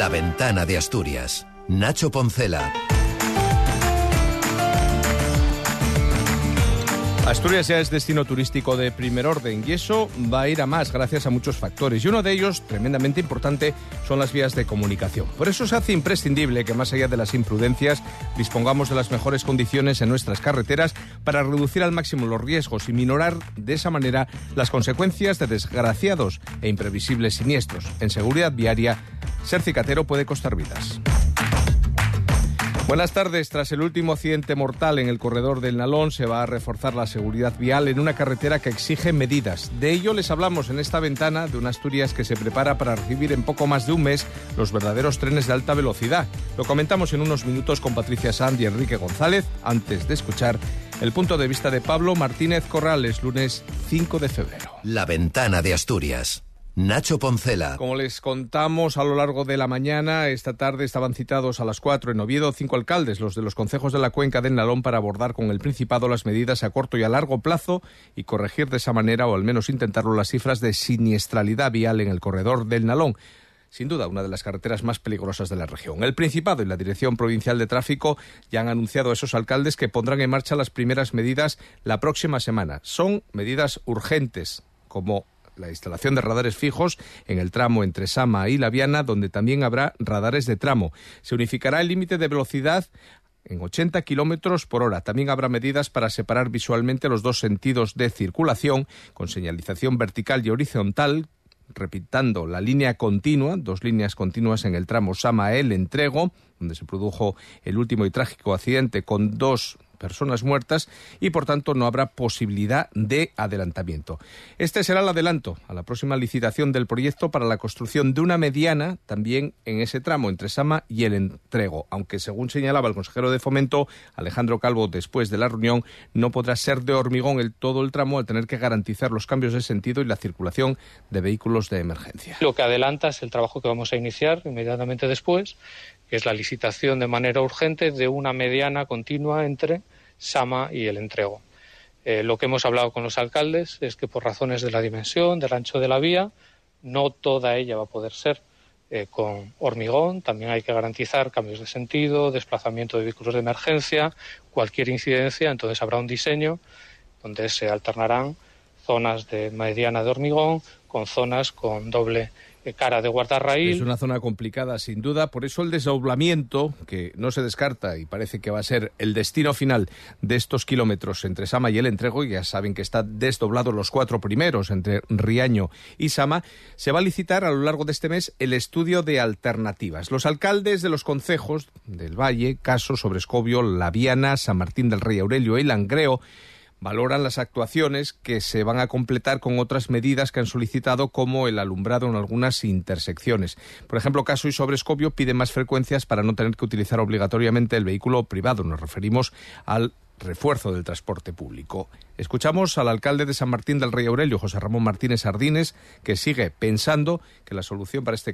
La Ventana de Asturias. Nacho Poncela. Asturias ya es destino turístico de primer orden y eso va a ir a más gracias a muchos factores, y uno de ellos, tremendamente importante, son las vías de comunicación. Por eso se hace imprescindible que, más allá de las imprudencias, dispongamos de las mejores condiciones en nuestras carreteras para reducir al máximo los riesgos y minorar de esa manera las consecuencias de desgraciados e imprevisibles siniestros. En seguridad viaria, ser cicatero puede costar vidas. Buenas tardes. Tras el último accidente mortal en el corredor del Nalón, se va a reforzar la seguridad vial en una carretera que exige medidas. De ello les hablamos en esta ventana de una Asturias que se prepara para recibir en poco más de un mes los verdaderos trenes de alta velocidad. Lo comentamos en unos minutos con Patricia Sanz y Enrique González, antes de escuchar el punto de vista de Pablo Martínez Corrales, lunes 5 de febrero. La Ventana de Asturias. Nacho Poncela. Como les contamos a lo largo de la mañana, esta tarde estaban citados a las 4 en Oviedo 5 alcaldes, los de los concejos de la cuenca del Nalón, para abordar con el Principado las medidas a corto y a largo plazo y corregir de esa manera, o al menos intentarlo, las cifras de siniestralidad vial en el corredor del Nalón. Sin duda, una de las carreteras más peligrosas de la región. El Principado y la Dirección Provincial de Tráfico ya han anunciado a esos alcaldes que pondrán en marcha las primeras medidas la próxima semana. Son medidas urgentes, como la instalación de radares fijos en el tramo entre Sama y La Viana, donde también habrá radares de tramo. Se unificará el límite de velocidad en 80 kilómetros por hora. También habrá medidas para separar visualmente los dos sentidos de circulación, con señalización vertical y horizontal, repitando la línea continua, 2 líneas continuas en el tramo Sama-El Entrego, donde se produjo el último y trágico accidente con 2 personas muertas, y por tanto no habrá posibilidad de adelantamiento. Este será el adelanto a la próxima licitación del proyecto para la construcción de una mediana también en ese tramo entre Sama y El Entrego, aunque según señalaba el consejero de Fomento, Alejandro Calvo, después de la reunión, no podrá ser de hormigón todo el tramo, al tener que garantizar los cambios de sentido y la circulación de vehículos de emergencia. Lo que adelanta es el trabajo que vamos a iniciar inmediatamente después, que es la licitación de manera urgente de una mediana continua entre Sama y El Entrego. Lo que hemos hablado con los alcaldes es que por razones de la dimensión, del ancho de la vía, no toda ella va a poder ser con hormigón. También hay que garantizar cambios de sentido, desplazamiento de vehículos de emergencia, cualquier incidencia. Entonces habrá un diseño donde se alternarán zonas de mediana de hormigón con zonas con doble cara de guardarraíl. Es una zona complicada, sin duda, por eso el desdoblamiento, que no se descarta y parece que va a ser el destino final de estos kilómetros entre Sama y El Entrego, ya saben que está desdoblado los 4 primeros entre Riaño y Sama, se va a licitar a lo largo de este mes el estudio de alternativas. Los alcaldes de los concejos del Valle, Caso, Sobrescobio, La Viana, San Martín del Rey Aurelio y Langreo valoran las actuaciones que se van a completar con otras medidas que han solicitado, como el alumbrado en algunas intersecciones. Por ejemplo, Caso y Sobrescobio piden más frecuencias para no tener que utilizar obligatoriamente el vehículo privado. Nos referimos al refuerzo del transporte público. Escuchamos al alcalde de San Martín del Rey Aurelio, José Ramón Martínez Sardines, que sigue pensando que la solución para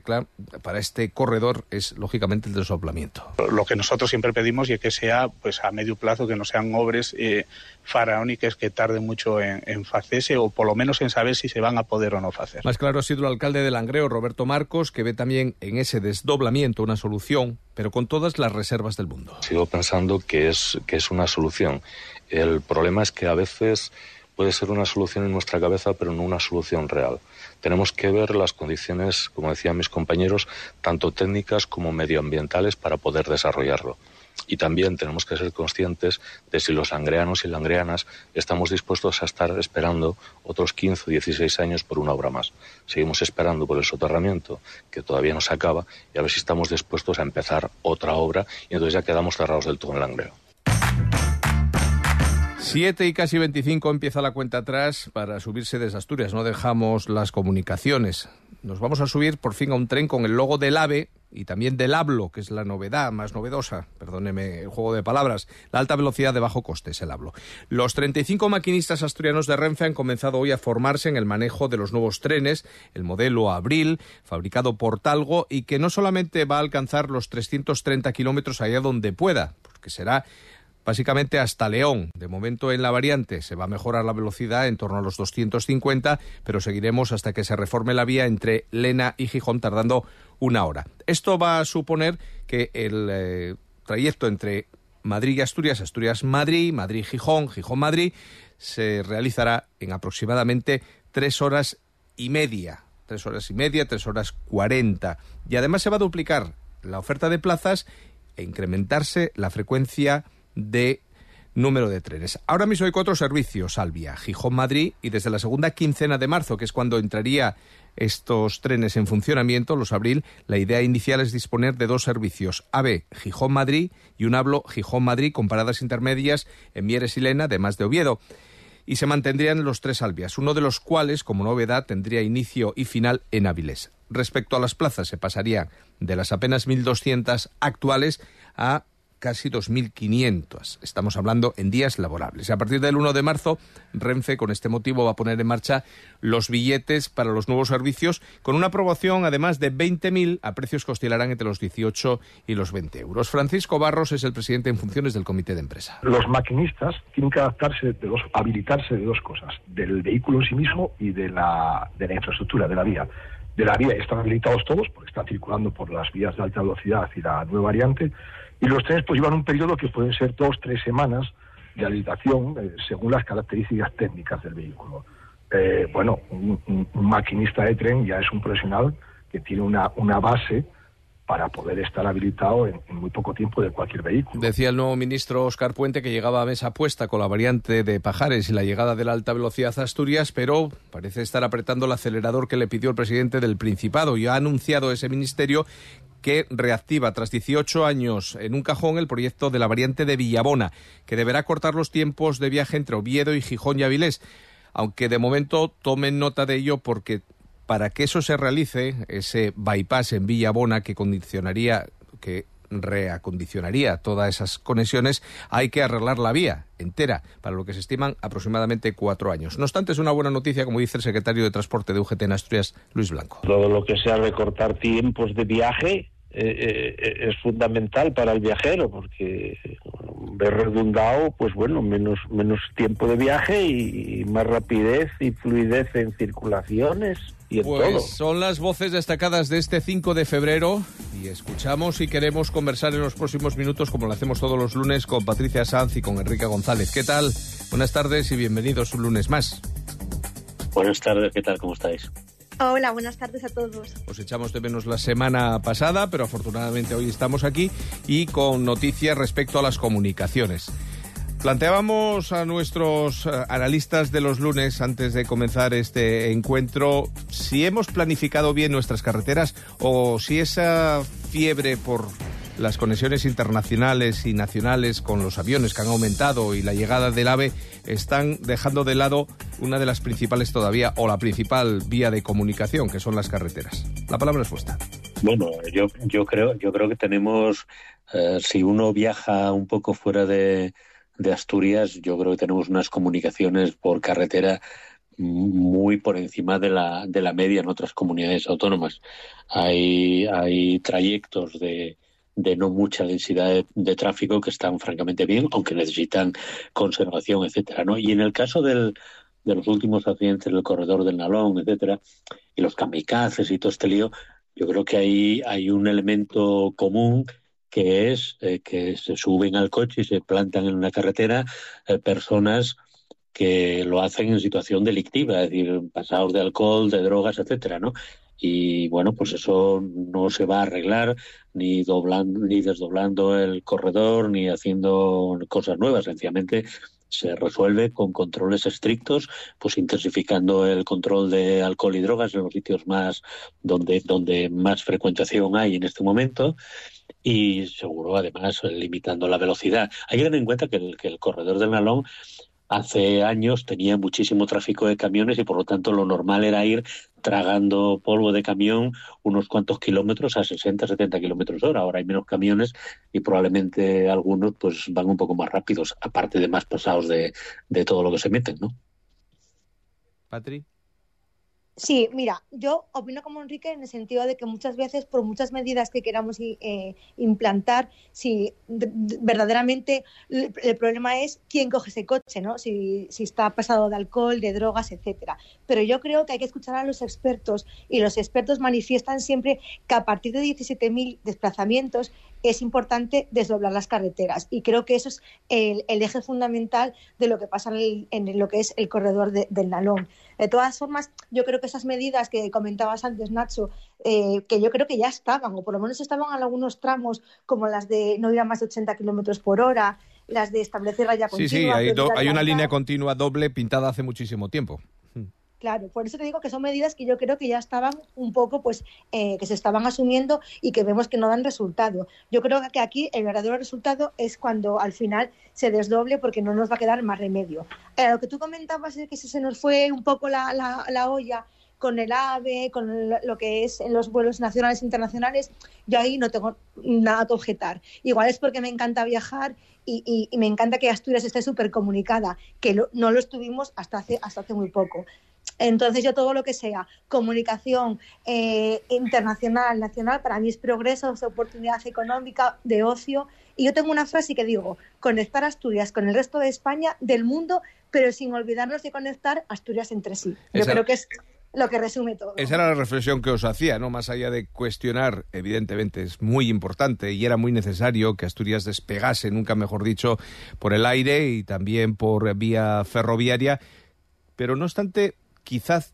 este corredor es, lógicamente, el desdoblamiento. Lo que nosotros siempre pedimos es que sea pues a medio plazo, que no sean obras faraónicas que tarden mucho en hacerse, o por lo menos en saber si se van a poder o no hacer. Más claro ha sido el alcalde de Langreo, Roberto Marcos, que ve también en ese desdoblamiento una solución, pero con todas las reservas del mundo. Sigo pensando que es una solución. El problema es que a veces puede ser una solución en nuestra cabeza, pero no una solución real. Tenemos que ver las condiciones, como decían mis compañeros, tanto técnicas como medioambientales para poder desarrollarlo. Y también tenemos que ser conscientes de si los langreanos y langreanas estamos dispuestos a estar esperando otros 15 o 16 años por una obra más. Seguimos esperando por el soterramiento, que todavía no se acaba, y a ver si estamos dispuestos a empezar otra obra, y entonces ya quedamos cerrados del todo en Langreo. 7 y casi 25 empieza la cuenta atrás para subirse desde Asturias. No dejamos las comunicaciones. Nos vamos a subir por fin a un tren con el logo del AVE y también del ABLO, que es la novedad más novedosa. Perdóneme el juego de palabras. La alta velocidad de bajo coste es el ABLO. Los 35 maquinistas asturianos de Renfe han comenzado hoy a formarse en el manejo de los nuevos trenes, el modelo Abril, fabricado por Talgo, y que no solamente va a alcanzar los 330 kilómetros allá donde pueda, porque será básicamente hasta León. De momento en la variante se va a mejorar la velocidad en torno a los 250, pero seguiremos hasta que se reforme la vía entre Lena y Gijón, tardando 1 hora. Esto va a suponer que el trayecto entre Madrid y Asturias, Asturias-Madrid, Madrid-Gijón, Gijón-Madrid, se realizará en aproximadamente 3 horas y media. 3 horas y media, 3 horas 40. Y además se va a duplicar la oferta de plazas e incrementarse la frecuencia de número de trenes. Ahora mismo hay 4 servicios al vía, Gijón-Madrid, y desde la segunda quincena de marzo, que es cuando entraría estos trenes en funcionamiento, los abril, la idea inicial es disponer de 2 servicios, AVE Gijón-Madrid y un ABLO Gijón-Madrid con paradas intermedias en Mieres y Lena, además de Oviedo. Y se mantendrían los 3 alvías, uno de los cuales, como novedad, tendría inicio y final en Avilés. Respecto a las plazas, se pasaría de las apenas 1.200 actuales a casi 2.500. Estamos hablando en días laborables. A partir del 1 de marzo, Renfe, con este motivo, va a poner en marcha los billetes para los nuevos servicios, con una promoción, además, de 20.000 a precios que oscilarán entre los 18 y los 20 euros. Francisco Barros es el presidente en funciones del comité de empresa. Los maquinistas tienen que habilitarse de 2 cosas, del vehículo en sí mismo y de la infraestructura, de la vía. De la vía están habilitados todos, porque están circulando por las vías de alta velocidad y la nueva variante. Y los trenes pues llevan un periodo que pueden ser 2-3 semanas de habilitación según las características técnicas del vehículo. Un maquinista de tren ya es un profesional que tiene una base para poder estar habilitado en muy poco tiempo de cualquier vehículo. Decía el nuevo ministro Óscar Puente que llegaba a mesa puesta con la variante de Pajares y la llegada de la alta velocidad a Asturias, pero parece estar apretando el acelerador que le pidió el presidente del Principado, y ha anunciado ese ministerio que reactiva tras 18 años en un cajón el proyecto de la variante de Villabona, que deberá cortar los tiempos de viaje entre Oviedo y Gijón y Avilés, aunque de momento tomen nota de ello porque para que eso se realice, ese bypass en Villabona que reacondicionaría todas esas conexiones, hay que arreglar la vía entera, para lo que se estiman aproximadamente 4 años. No obstante, es una buena noticia, como dice el secretario de Transporte de UGT en Asturias, Luis Blanco. Todo lo que sea recortar tiempos de viaje es fundamental para el viajero, porque ver redundado, pues bueno, menos tiempo de viaje y más rapidez y fluidez en circulaciones y en todo. Son las voces destacadas de este 5 de febrero y escuchamos y queremos conversar en los próximos minutos, como lo hacemos todos los lunes, con Patricia Sanz y con Enrique González. ¿Qué tal? Buenas tardes y bienvenidos un lunes más. Buenas tardes, ¿qué tal? ¿Cómo estáis? Hola, buenas tardes a todos. Os echamos de menos la semana pasada, pero afortunadamente hoy estamos aquí y con noticias respecto a las comunicaciones. Planteábamos a nuestros analistas de los lunes, antes de comenzar este encuentro, si hemos planificado bien nuestras carreteras o si esa fiebre por las conexiones internacionales y nacionales con los aviones que han aumentado y la llegada del AVE están dejando de lado una de las principales todavía, o la principal vía de comunicación, que son las carreteras. La palabra es vuestra. Bueno, yo creo que tenemos, si uno viaja un poco fuera de Asturias, yo creo que tenemos unas comunicaciones por carretera muy por encima de la media en otras comunidades autónomas. Hay trayectos de no mucha densidad de tráfico que están francamente bien, aunque necesitan conservación, etcétera, ¿no? Y en el caso de los últimos accidentes del corredor del Nalón, etcétera, y los kamikazes y todo este lío, yo creo que hay un elemento común, que es que se suben al coche y se plantan en una carretera personas que lo hacen en situación delictiva, es decir, pasados de alcohol, de drogas, etcétera, ¿no? Y bueno, pues eso no se va a arreglar ni desdoblando el corredor ni haciendo cosas nuevas, sencillamente se resuelve con controles estrictos, pues intensificando el control de alcohol y drogas en los sitios más donde más frecuentación hay en este momento, y seguro además limitando la velocidad. Hay que tener en cuenta que el corredor del Nalón hace años tenía muchísimo tráfico de camiones y por lo tanto lo normal era ir tragando polvo de camión unos cuantos kilómetros a 60-70 kilómetros hora. Ahora hay menos camiones y probablemente algunos pues van un poco más rápidos, aparte de más pasados de todo lo que se meten, ¿no? Patri. Sí, mira, yo opino como Enrique en el sentido de que muchas veces, por muchas medidas que queramos implantar, si verdaderamente el problema es quién coge ese coche, ¿no? Si está pasado de alcohol, de drogas, etcétera. Pero yo creo que hay que escuchar a los expertos, y los expertos manifiestan siempre que a partir de 17.000 desplazamientos es importante desdoblar las carreteras, y creo que eso es el eje fundamental de lo que pasa en lo que es el corredor del Nalón. De todas formas, yo creo que esas medidas que comentabas antes, Nacho, que yo creo que ya estaban, o por lo menos estaban en algunos tramos, como las de no ir a más de 80 kilómetros por hora, las de establecer raya continua. Sí, hay una línea continua doble pintada hace muchísimo tiempo. Claro, por eso te digo que son medidas que yo creo que ya estaban un poco, pues, que se estaban asumiendo y que vemos que no dan resultado. Yo creo que aquí el verdadero resultado es cuando al final se desdoble, porque no nos va a quedar más remedio. Lo que tú comentabas es que se nos fue un poco la olla con el AVE, con lo que es en los vuelos nacionales e internacionales. Yo ahí no tengo nada que objetar. Igual es porque me encanta viajar y me encanta que Asturias esté súper comunicada, que no lo estuvimos hasta hace muy poco. Entonces yo todo lo que sea comunicación internacional, nacional, para mí es progreso, es oportunidad económica, de ocio. Y yo tengo una frase que digo: conectar Asturias con el resto de España, del mundo, pero sin olvidarnos de conectar Asturias entre sí. Yo creo que es lo que resume todo. Esa era la reflexión que os hacía, ¿no? Más allá de cuestionar, evidentemente es muy importante y era muy necesario que Asturias despegase, nunca mejor dicho, por el aire y también por vía ferroviaria, pero no obstante, quizás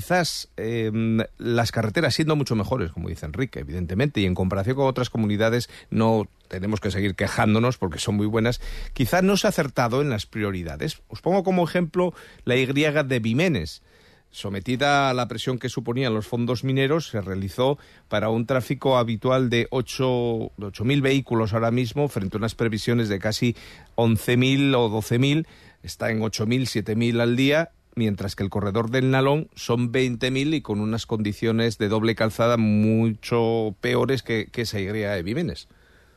las carreteras, siendo mucho mejores, como dice Enrique, evidentemente, y en comparación con otras comunidades no tenemos que seguir quejándonos porque son muy buenas, quizás no se ha acertado en las prioridades. Os pongo como ejemplo la Y de Vimenes. Sometida a la presión que suponían los fondos mineros, se realizó para un tráfico habitual de 8.000 vehículos ahora mismo, frente a unas previsiones de casi 11.000 o 12.000, está en 8.000, 7.000 al día, mientras que el corredor del Nalón son 20.000 y con unas condiciones de doble calzada mucho peores que esa Y de Vimenes.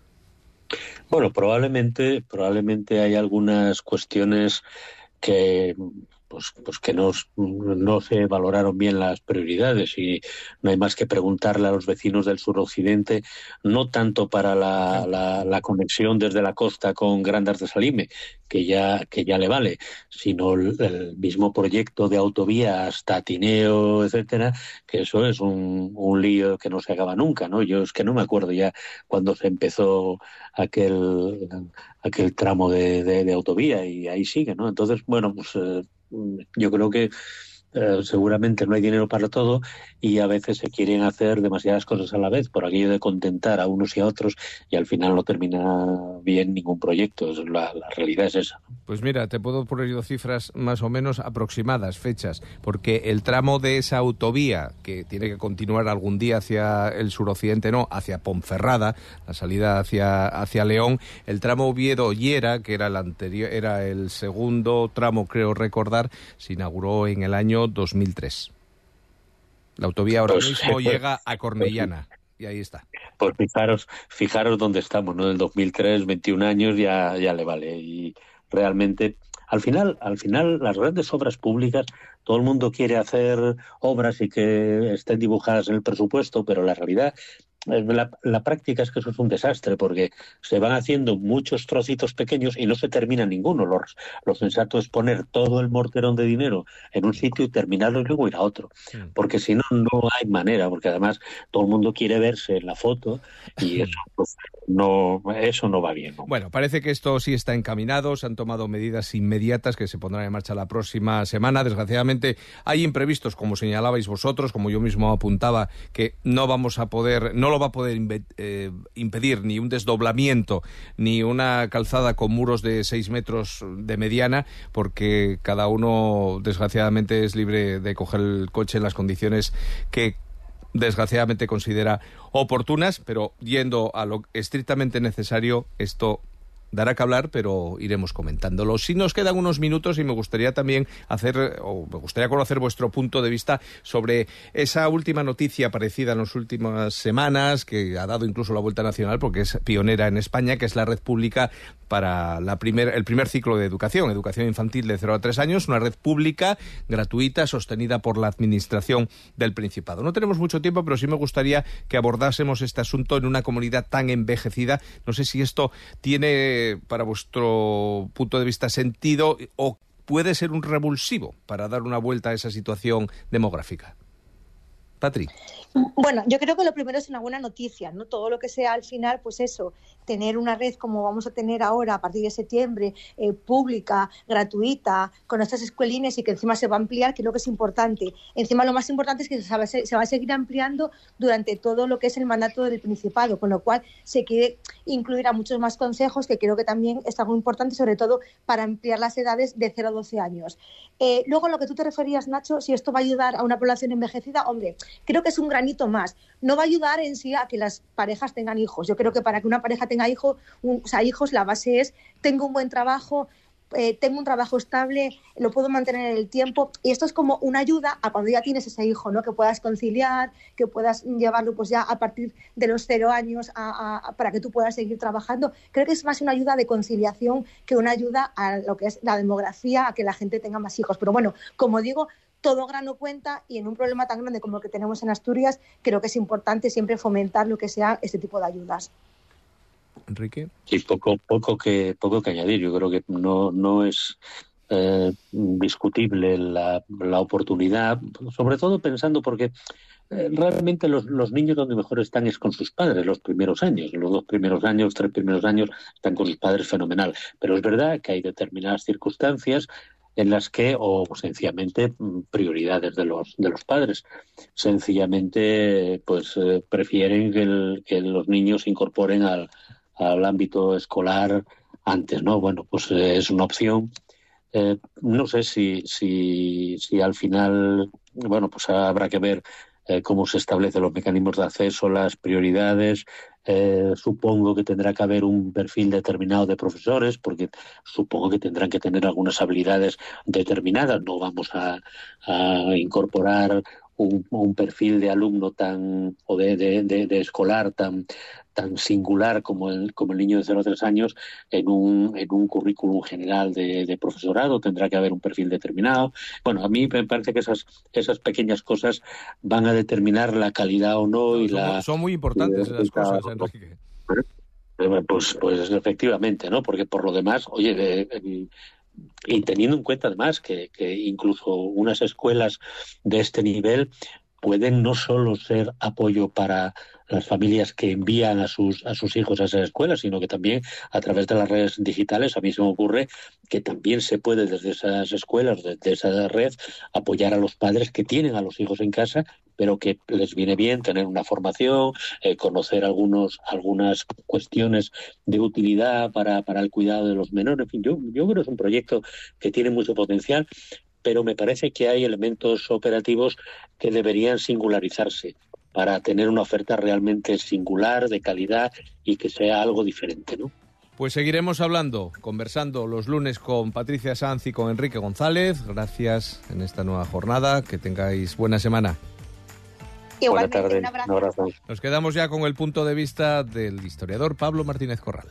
Bueno, probablemente hay algunas cuestiones que pues que no se valoraron bien las prioridades, y no hay más que preguntarle a los vecinos del suroccidente, no tanto para la conexión desde la costa con Grandas de Salime, que ya le vale, sino el mismo proyecto de autovía hasta Tineo, etcétera, que eso es un lío que no se acaba nunca, ¿no? Yo es que no me acuerdo ya cuando se empezó aquel tramo de autovía, y ahí sigue, ¿no? Entonces, bueno, pues yo creo que seguramente no hay dinero para todo, y a veces se quieren hacer demasiadas cosas a la vez por aquello de contentar a unos y a otros, y al final no termina bien ningún proyecto. La realidad es esa, ¿no? Pues mira, te puedo poner yo cifras más o menos aproximadas, fechas, porque el tramo de esa autovía que tiene que continuar algún día hacia el suroccidente, no, hacia Ponferrada, la salida hacia León, el tramo Oviedo-Llera, que era el anterior, era el segundo tramo, creo recordar, se inauguró en el año 2003. La autovía ahora mismo llega a Cornellana, y ahí está. Pues fijaros dónde estamos, ¿no? Del 2003, 21 años, ya le vale. Y realmente, al final, las grandes obras públicas, todo el mundo quiere hacer obras y que estén dibujadas en el presupuesto, pero la realidad, la práctica es que eso es un desastre, porque se van haciendo muchos trocitos pequeños y no se termina ninguno. Lo sensato es poner todo el morterón de dinero en un sitio y terminarlo y luego ir a otro, porque si no hay manera, porque además todo el mundo quiere verse en la foto y eso no va bien, ¿no? Bueno, parece que esto sí está encaminado, se han tomado medidas inmediatas que se pondrán en marcha la próxima semana. Desgraciadamente hay imprevistos, como señalabais vosotros, como yo mismo apuntaba, que no lo va a poder impedir ni un desdoblamiento ni una calzada con muros de 6 metros de mediana, porque cada uno desgraciadamente es libre de coger el coche en las condiciones que desgraciadamente considera oportunas, pero yendo a lo estrictamente necesario, esto dará que hablar, pero iremos comentándolo. Sí nos quedan unos minutos y me gustaría también conocer vuestro punto de vista sobre esa última noticia aparecida en las últimas semanas, que ha dado incluso la vuelta nacional porque es pionera en España, que es la red pública para el primer ciclo de educación infantil de 0 a 3 años, una red pública, gratuita, sostenida por la Administración del Principado. No tenemos mucho tiempo, pero sí me gustaría que abordásemos este asunto en una comunidad tan envejecida. No sé si esto tiene, para vuestro punto de vista, sentido o puede ser un revulsivo para dar una vuelta a esa situación demográfica. Patri. Bueno, yo creo que lo primero es una buena noticia, ¿no? Todo lo que sea al final, pues eso, tener una red como vamos a tener ahora a partir de septiembre, pública, gratuita, con estas escuelines y que encima se va a ampliar, creo que es importante. Encima lo más importante es que se va a seguir ampliando durante todo lo que es el mandato del Principado, con lo cual se quiere incluir a muchos más consejos, que creo que también es algo importante, sobre todo para ampliar las edades de 0 a 12 años. Luego, lo que tú te referías, Nacho, si esto va a ayudar a una población envejecida, hombre, creo que es un granito más. No va a ayudar en sí a que las parejas tengan hijos. Yo creo que para que una pareja tenga hijos, la base es: tengo un buen trabajo, tengo un trabajo estable, lo puedo mantener en el tiempo, y esto es como una ayuda a cuando ya tienes ese hijo, ¿no? Que puedas conciliar, que puedas llevarlo pues ya a partir de los 0 años para que tú puedas seguir trabajando. Creo que es más una ayuda de conciliación que una ayuda a lo que es la demografía, a que la gente tenga más hijos. Pero bueno, como digo, todo grano cuenta, y en un problema tan grande como el que tenemos en Asturias, creo que es importante siempre fomentar lo que sea este tipo de ayudas. Enrique. Sí, poco que añadir. Yo creo que no es discutible la oportunidad, sobre todo pensando porque realmente los niños donde mejor están es con sus padres los primeros años. Los 2 primeros años, 3 primeros años están con sus padres fenomenal. Pero es verdad que hay determinadas circunstancias en las que, o sencillamente prioridades de los padres, sencillamente pues prefieren que los niños se incorporen al ámbito escolar antes, ¿no? Bueno, pues es una opción. No sé si al final, bueno, pues habrá que ver cómo se establecen los mecanismos de acceso, las prioridades. Supongo que tendrá que haber un perfil determinado de profesores, porque supongo que tendrán que tener algunas habilidades determinadas. No vamos a incorporar un perfil de alumno o de escolar tan singular como el niño de 0 a 3 años en un currículum general de profesorado. Tendrá que haber un perfil determinado. Bueno, a mí me parece que esas pequeñas cosas van a determinar la calidad o no. Son muy importantes esas cosas, Enrique. Pues efectivamente, ¿no? Porque por lo demás, oye, y teniendo en cuenta además que incluso unas escuelas de este nivel pueden no solo ser apoyo para las familias que envían a sus hijos a esas escuelas, sino que también a través de las redes digitales, a mí se me ocurre que también se puede desde esas escuelas, desde esa red, apoyar a los padres que tienen a los hijos en casa, pero que les viene bien tener una formación, conocer algunas cuestiones de utilidad para el cuidado de los menores. En fin, yo creo que es un proyecto que tiene mucho potencial, pero me parece que hay elementos operativos que deberían singularizarse para tener una oferta realmente singular, de calidad, y que sea algo diferente, ¿no? Pues seguiremos conversando los lunes con Patricia Sanz y con Enrique González. Gracias en esta nueva jornada. Que tengáis buena semana. Igualmente, buena tarde, un abrazo. Nos quedamos ya con el punto de vista del historiador Pablo Martínez Corral.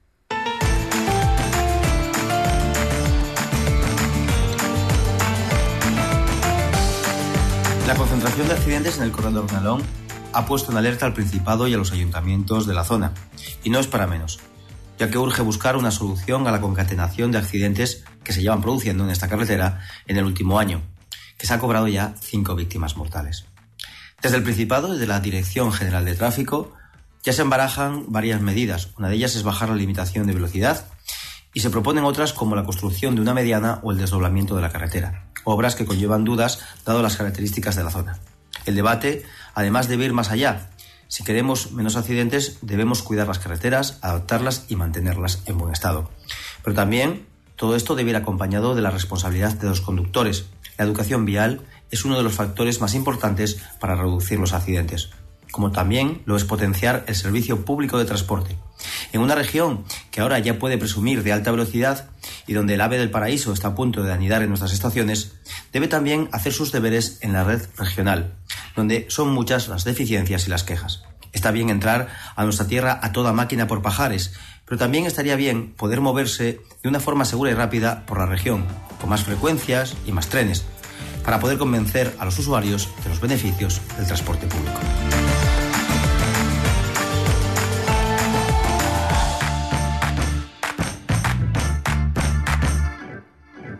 La concentración de accidentes en el corredor Nalón ha puesto en alerta al Principado y a los ayuntamientos de la zona. Y no es para menos, ya que urge buscar una solución a la concatenación de accidentes que se llevan produciendo en esta carretera en el último año, que se ha cobrado ya 5 víctimas mortales. Desde el Principado, desde la Dirección General de Tráfico, ya se embarajan varias medidas. Una de ellas es bajar la limitación de velocidad y se proponen otras como la construcción de una mediana o el desdoblamiento de la carretera. Obras que conllevan dudas dado las características de la zona. El debate, además, debe ir más allá. Si queremos menos accidentes, debemos cuidar las carreteras, adaptarlas y mantenerlas en buen estado. Pero también todo esto debe ir acompañado de la responsabilidad de los conductores. La educación vial es uno de los factores más importantes para reducir los accidentes, como también lo es potenciar el servicio público de transporte. En una región que ahora ya puede presumir de alta velocidad y donde el ave del paraíso está a punto de anidar en nuestras estaciones, debe también hacer sus deberes en la red regional, donde son muchas las deficiencias y las quejas. Está bien entrar a nuestra tierra a toda máquina por pajares, pero también estaría bien poder moverse de una forma segura y rápida por la región, con más frecuencias y más trenes, para poder convencer a los usuarios de los beneficios del transporte público.